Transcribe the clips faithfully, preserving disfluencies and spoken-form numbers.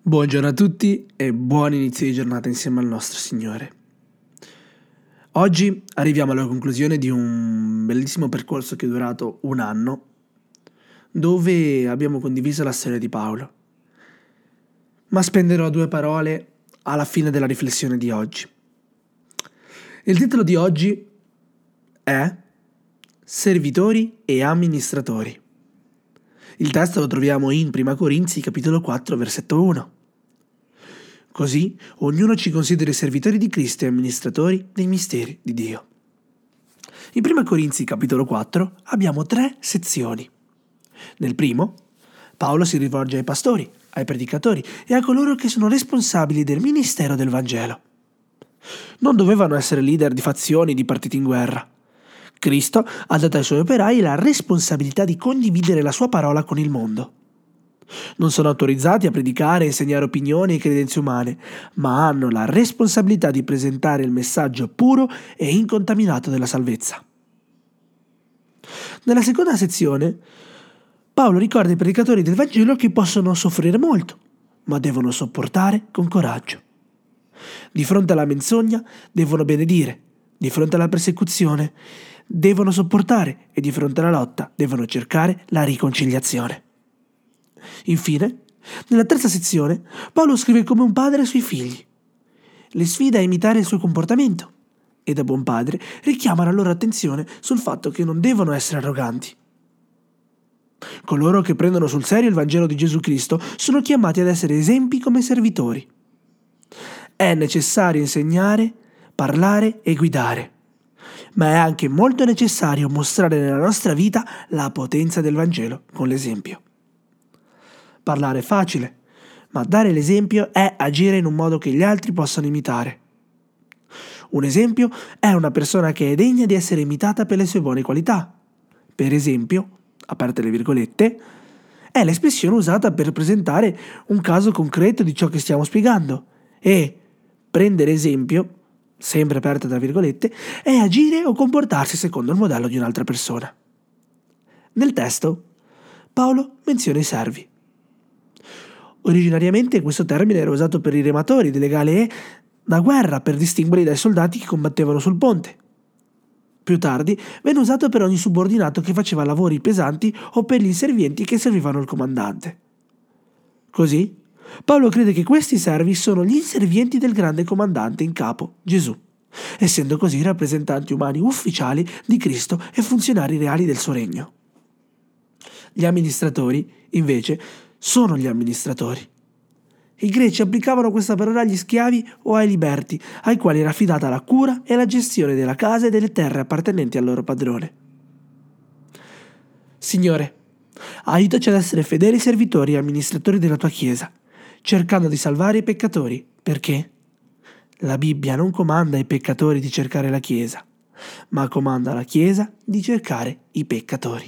Buongiorno a tutti e buon inizio di giornata insieme al nostro Signore. Oggi arriviamo alla conclusione di un bellissimo percorso che è durato un anno, dove abbiamo condiviso la storia di Paolo. Ma spenderò due parole alla fine della riflessione di oggi. Il titolo di oggi è Servitori e amministratori. Il testo lo troviamo in Prima Corinzi, capitolo quattro, versetto uno. Così ognuno ci consideri servitori di Cristo e amministratori dei misteri di Dio. In Prima Corinzi, capitolo quattro, abbiamo tre sezioni. Nel primo, Paolo si rivolge ai pastori, ai predicatori e a coloro che sono responsabili del ministero del Vangelo. Non dovevano essere leader di fazioni, di partiti in guerra. Cristo ha dato ai suoi operai la responsabilità di condividere la sua parola con il mondo. Non sono autorizzati a predicare e insegnare opinioni e credenze umane, ma hanno la responsabilità di presentare il messaggio puro e incontaminato della salvezza. Nella seconda sezione, Paolo ricorda ai predicatori del Vangelo che possono soffrire molto, ma devono sopportare con coraggio. Di fronte alla menzogna devono benedire, di fronte alla persecuzione devono sopportare e di fronte alla lotta devono cercare la riconciliazione. Infine, nella terza sezione, Paolo scrive come un padre ai suoi figli. Li sfida a imitare il suo comportamento e da buon padre richiama la loro attenzione sul fatto che non devono essere arroganti. Coloro che prendono sul serio il Vangelo di Gesù Cristo sono chiamati ad essere esempi come servitori. È necessario insegnare, parlare e guidare, ma è anche molto necessario mostrare nella nostra vita la potenza del Vangelo con l'esempio. Parlare è facile, ma dare l'esempio è agire in un modo che gli altri possano imitare. Un esempio è una persona che è degna di essere imitata per le sue buone qualità. Per esempio, aperte le virgolette, è l'espressione usata per presentare un caso concreto di ciò che stiamo spiegando. E prendere esempio, sempre aperte tra virgolette, è agire o comportarsi secondo il modello di un'altra persona. Nel testo, Paolo menziona i servi. Originariamente questo termine era usato per i rematori delle galee da guerra per distinguerli dai soldati che combattevano sul ponte. Più tardi venne usato per ogni subordinato che faceva lavori pesanti o per gli inservienti che servivano il comandante. Così, Paolo crede che questi servi sono gli inservienti del grande comandante in capo, Gesù, essendo così rappresentanti umani ufficiali di Cristo e funzionari reali del suo regno. Gli amministratori, invece, sono gli amministratori. I greci applicavano questa parola agli schiavi o ai liberti, ai quali era affidata la cura e la gestione della casa e delle terre appartenenti al loro padrone. Signore, aiutaci ad essere fedeli servitori e amministratori della tua Chiesa, cercando di salvare i peccatori, perché la Bibbia non comanda ai peccatori di cercare la Chiesa, ma comanda alla Chiesa di cercare i peccatori.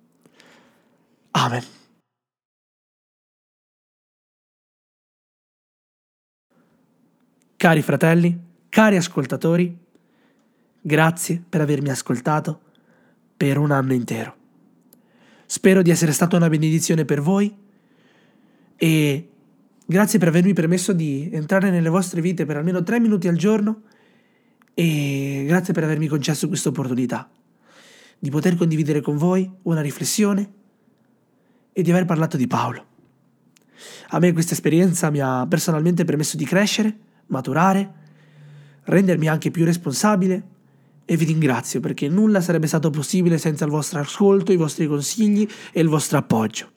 Amen. Cari fratelli, cari ascoltatori, grazie per avermi ascoltato per un anno intero. Spero di essere stata una benedizione per voi e grazie per avermi permesso di entrare nelle vostre vite per almeno tre minuti al giorno e grazie per avermi concesso questa opportunità di poter condividere con voi una riflessione e di aver parlato di Paolo. A me questa esperienza mi ha personalmente permesso di crescere, maturare, rendermi anche più responsabile e vi ringrazio perché nulla sarebbe stato possibile senza il vostro ascolto, i vostri consigli e il vostro appoggio.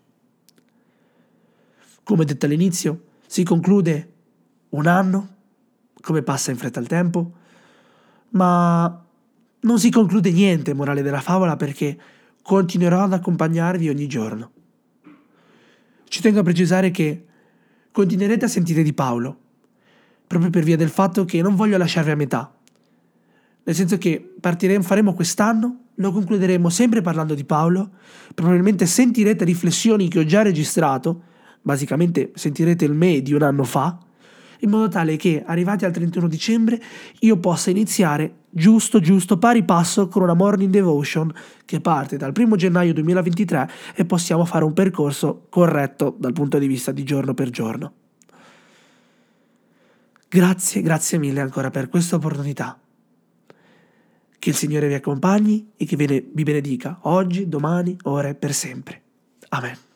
Come detto all'inizio, si conclude un anno, come passa in fretta il tempo, ma non si conclude niente, morale della favola, perché continuerò ad accompagnarvi ogni giorno. Ci tengo a precisare che continuerete a sentire di Paolo, proprio per via del fatto che non voglio lasciarvi a metà. Nel senso che partiremo, faremo quest'anno, lo concluderemo sempre parlando di Paolo, probabilmente sentirete riflessioni che ho già registrato, basicamente sentirete il me di un anno fa, in modo tale che, arrivati al trentuno dicembre, io possa iniziare giusto, giusto, pari passo con una morning devotion che parte dal primo gennaio duemilaventitré e possiamo fare un percorso corretto dal punto di vista di giorno per giorno. Grazie, grazie mille ancora per questa opportunità. Che il Signore vi accompagni e che vi benedica oggi, domani, ora e per sempre. Amen.